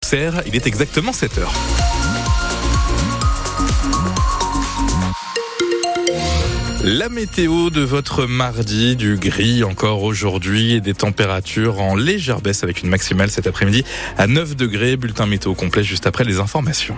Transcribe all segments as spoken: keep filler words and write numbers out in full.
Auxerre. Il est exactement sept heures. La météo de votre mardi, du gris encore aujourd'hui et des températures en légère baisse avec une maximale cet après-midi à neuf degrés. Bulletin météo complet juste après les informations.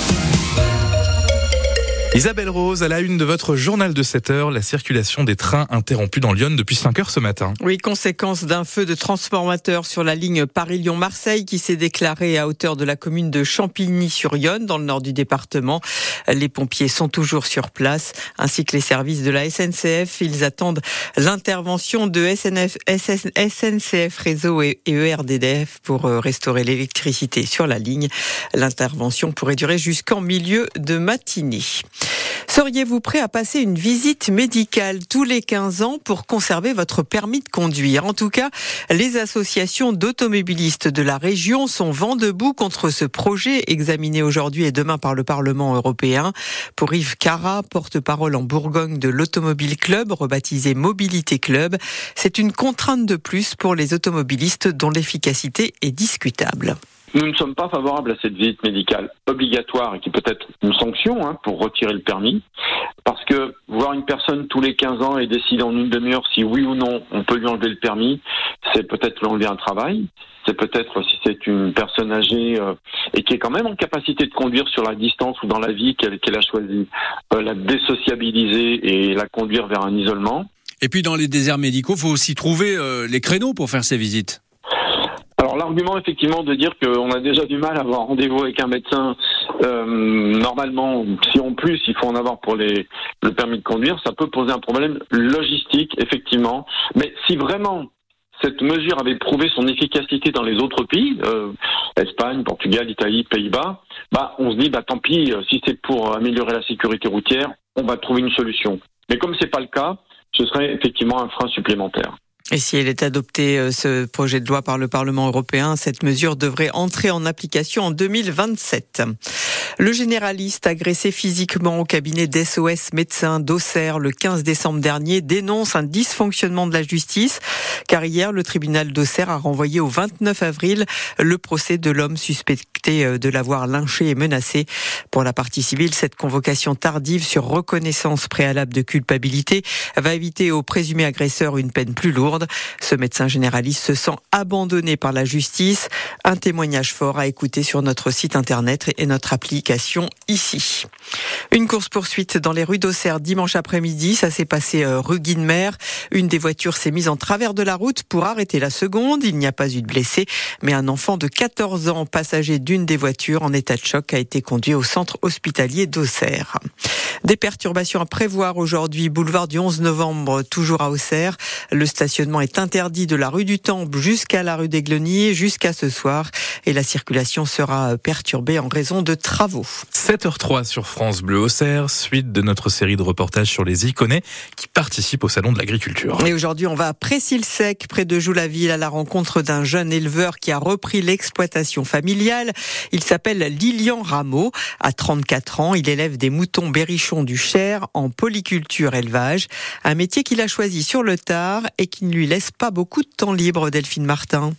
Isabelle Rose, à la une de votre journal de sept heures, la circulation des trains interrompue dans l'Yonne depuis cinq heures ce matin. Oui, conséquence d'un feu de transformateur sur la ligne Paris-Lyon-Marseille qui s'est déclaré à hauteur de la commune de Champigny-sur-Yonne, dans le nord du département. Les pompiers sont toujours sur place, ainsi que les services de la S N C F. Ils attendent l'intervention de S N F, S N C F Réseau et E R D F pour restaurer l'électricité sur la ligne. L'intervention pourrait durer jusqu'en milieu de matinée. Seriez-vous prêt à passer une visite médicale tous les quinze ans pour conserver votre permis de conduire ? En tout cas, les associations d'automobilistes de la région sont vent debout contre ce projet examiné aujourd'hui et demain par le Parlement européen. Pour Yves Cara, porte-parole en Bourgogne de l'Automobile Club, rebaptisé Mobilité Club, c'est une contrainte de plus pour les automobilistes dont l'efficacité est discutable. Nous ne sommes pas favorables à cette visite médicale obligatoire et qui peut être une sanction hein, pour retirer le permis. Parce que voir une personne tous les quinze ans et décider en une demi-heure si oui ou non on peut lui enlever le permis, c'est peut-être lui enlever un travail. C'est peut-être, si c'est une personne âgée euh, et qui est quand même en capacité de conduire sur la distance ou dans la vie qu'elle, qu'elle a choisie, euh, la désociabiliser et la conduire vers un isolement. Et puis dans les déserts médicaux, il faut aussi trouver euh, les créneaux pour faire ces visites. Alors l'argument effectivement de dire qu'on a déjà du mal à avoir rendez-vous avec un médecin, euh, normalement, si en plus il faut en avoir pour les, le permis de conduire, ça peut poser un problème logistique effectivement. Mais si vraiment cette mesure avait prouvé son efficacité dans les autres pays, euh, Espagne, Portugal, Italie, Pays-Bas, bah on se dit bah tant pis, si c'est pour améliorer la sécurité routière, on va trouver une solution. Mais comme c'est pas le cas, ce serait effectivement un frein supplémentaire. Et si elle est adoptée, ce projet de loi par le Parlement européen, cette mesure devrait entrer en application en deux mille vingt-sept. Le généraliste agressé physiquement au cabinet d'S O S médecins d'Auxerre le quinze décembre dernier dénonce un dysfonctionnement de la justice, car hier, le tribunal d'Auxerre a renvoyé au vingt-neuf avril le procès de l'homme suspecté de l'avoir lynché et menacé. Pour la partie civile, cette convocation tardive sur reconnaissance préalable de culpabilité va éviter au présumé agresseur une peine plus lourde. Ce médecin généraliste se sent abandonné par la justice. Un témoignage fort à écouter sur notre site internet et notre application ici. Une course-poursuite dans les rues d'Auxerre dimanche après-midi. Ça s'est passé rue Guinemer. Une des voitures s'est mise en travers de la route pour arrêter la seconde. Il n'y a pas eu de blessés, mais un enfant de quatorze ans, passager d'une des voitures en état de choc, a été conduit au centre hospitalier d'Auxerre. Des perturbations à prévoir aujourd'hui. Boulevard du onze novembre, toujours à Auxerre. Le stationnement est interdit de la rue du Temple jusqu'à la rue des Glonniers, jusqu'à ce soir. Et la circulation sera perturbée en raison de travaux. sept heures zéro trois sur France Bleu Auxerre, suite de notre série de reportages sur les Iconais qui participent au Salon de l'Agriculture. Et aujourd'hui, on va à Précile-Sec, près de Joux-la-Ville, à la rencontre d'un jeune éleveur qui a repris l'exploitation familiale. Il s'appelle Lilian Rameau. À trente-quatre ans, il élève des moutons berrichons du Cher en polyculture élevage. Un métier qu'il a choisi sur le tard et qui ne lui laisse pas beaucoup de temps libre, Delphine Martin.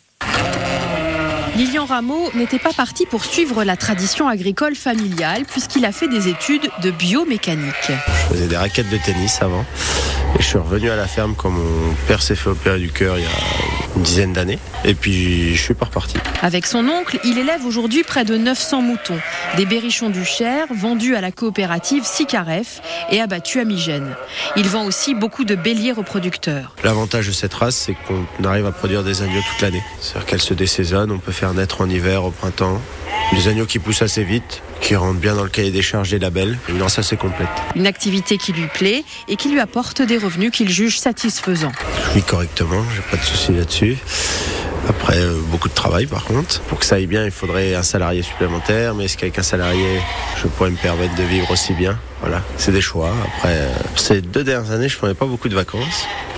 Lilian Rameau n'était pas parti pour suivre la tradition agricole familiale puisqu'il a fait des études de biomécanique. Je faisais des raquettes de tennis avant et je suis revenu à la ferme quand mon père s'est fait opérer du cœur il y a une dizaine d'années et puis je suis pas reparti. Avec son oncle, il élève aujourd'hui près de neuf cents moutons, des berrichons du Cher vendus à la coopérative Sicaref et abattus à Migène. Il vend aussi beaucoup de béliers reproducteurs. L'avantage de cette race, c'est qu'on arrive à produire des agneaux toute l'année. C'est-à-dire qu'elle se désaisonne, on peut faire naître en hiver, au printemps. Des agneaux qui poussent assez vite, qui rentrent bien dans le cahier des charges des labels. Une race assez complète. Une activité qui lui plaît et qui lui apporte des revenus qu'il juge satisfaisants. Je vis correctement, j'ai pas de soucis là-dessus. Après, euh, beaucoup de travail par contre. Pour que ça aille bien, il faudrait un salarié supplémentaire. Mais est-ce qu'avec un salarié, je pourrais me permettre de vivre aussi bien ? Voilà, c'est des choix. Après, euh, ces deux dernières années, je prenais pas beaucoup de vacances.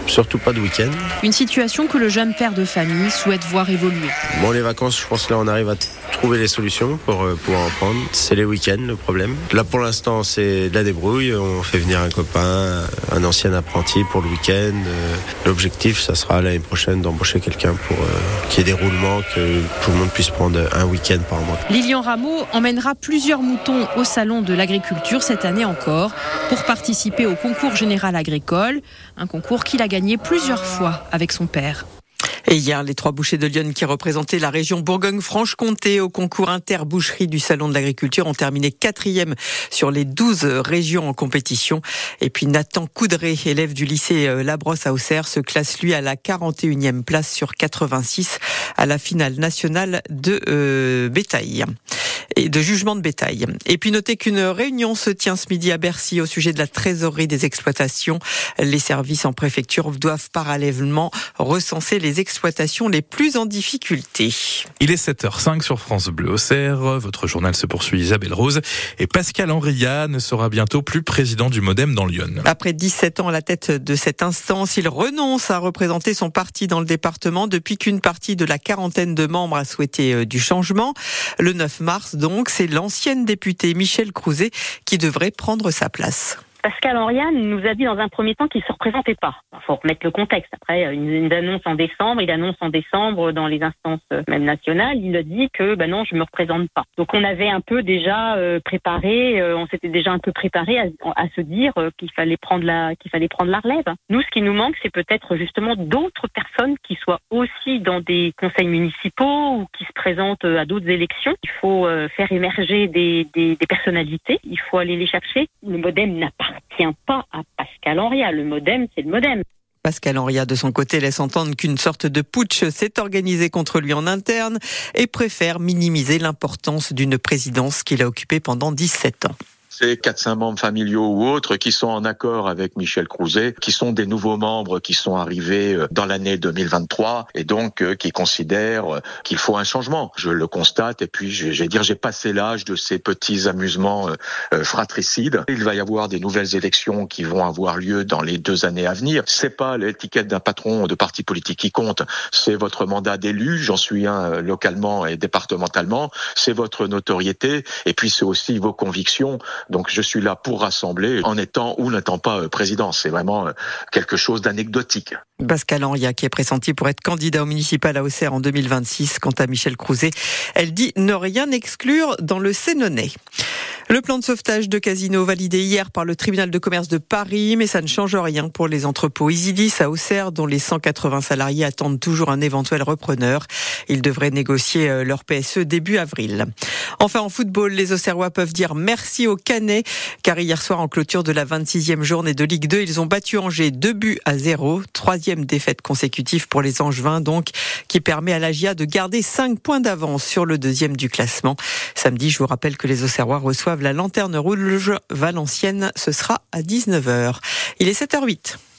surtout pas de week-end. Une situation que le jeune père de famille souhaite voir évoluer. Bon, les vacances, je pense que là on arrive à trouver les solutions pour euh, pouvoir en prendre. C'est les week-ends le problème. Là pour l'instant c'est de la débrouille, on fait venir un copain, un ancien apprenti pour le week-end. Euh, l'objectif ça sera l'année prochaine d'embaucher quelqu'un pour euh, qu'il y ait des roulements, que tout le monde puisse prendre un week-end par mois. Lilian Rameau emmènera plusieurs moutons au salon de l'agriculture cette année encore pour participer au concours général agricole, un concours qu'il a gagné plusieurs fois avec son père. Et hier, les trois bouchers de Lyon qui représentaient la région Bourgogne-Franche-Comté au concours interboucherie du Salon de l'Agriculture ont terminé quatrième sur les douze régions en compétition. Et puis Nathan Coudray, élève du lycée Labrosse à Auxerre, se classe lui à la quarante et unième place sur quatre-vingt-six à la finale nationale de euh, bétail. Et de jugement de bétail. Et puis notez qu'une réunion se tient ce midi à Bercy au sujet de la trésorerie des exploitations. Les services en préfecture doivent parallèlement recenser les exploitations les plus en difficulté. Il est sept heures cinq sur France Bleu Auxerre. Votre journal se poursuit, Isabelle Rose. Et Pascal Henriat ne sera bientôt plus président du Modem dans l'Yonne. Après dix-sept ans à la tête de cette instance, il renonce à représenter son parti dans le département depuis qu'une partie de la quarantaine de membres a souhaité du changement. Le neuf mars, donc, c'est l'ancienne députée Michèle Crouzet qui devrait prendre sa place. Pascal Henriat nous a dit dans un premier temps qu'il ne se représentait pas. Il faut remettre le contexte. Après, une, une annonce en décembre, il annonce en décembre dans les instances même nationales, il a dit que ben non, je me représente pas. Donc on avait un peu déjà euh, préparé, euh, on s'était déjà un peu préparé à, à se dire euh, qu'il fallait prendre la, qu'il fallait prendre la relève. Nous, ce qui nous manque, c'est peut-être justement d'autres personnes qui soient aussi dans des conseils municipaux ou qui se présentent à d'autres élections. Il faut euh, faire émerger des, des, des personnalités. Il faut aller les chercher. Le Modem n'a pas appartient pas à Pascal Henriat. Le Modem, c'est le Modem. Pascal Henriat, de son côté, laisse entendre qu'une sorte de putsch s'est organisé contre lui en interne et préfère minimiser l'importance d'une présidence qu'il a occupée pendant dix-sept ans. C'est quatre cinq membres familiaux ou autres qui sont en accord avec Michèle Crouzet, qui sont des nouveaux membres qui sont arrivés dans l'année deux mille vingt-trois et donc qui considèrent qu'il faut un changement. Je le constate et puis je vais dire j'ai passé l'âge de ces petits amusements fratricides. Il va y avoir des nouvelles élections qui vont avoir lieu dans les deux années à venir. C'est pas l'étiquette d'un patron de parti politique qui compte, c'est votre mandat d'élu, j'en suis un localement et départementalement, c'est votre notoriété et puis c'est aussi vos convictions. Donc je suis là pour rassembler en étant ou n'étant pas président. C'est vraiment quelque chose d'anecdotique. Pascal Henriat qui est pressenti pour être candidat au municipal à Auxerre en deux mille vingt-six. Quant à Michèle Crouzet, elle dit ne rien exclure dans le Sénonais. Le plan de sauvetage de Casino validé hier par le tribunal de commerce de Paris, mais ça ne change rien pour les entrepôts Isidis à Auxerre, dont les cent quatre-vingts salariés attendent toujours un éventuel repreneur. Ils devraient négocier leur P S E début avril. Enfin, en football, les Auxerrois peuvent dire merci aux Canets, car hier soir, en clôture de la vingt-sixième journée de Ligue deux, ils ont battu Angers deux buts à zéro. Troisième défaite consécutive pour les Angevins, donc, qui permet à l'A J A de garder cinq points d'avance sur le deuxième du classement. Samedi, je vous rappelle que les Auxerrois reçoivent la Lanterne Rouge Valenciennes. Ce sera à dix-neuf heures. Il est sept heures huit.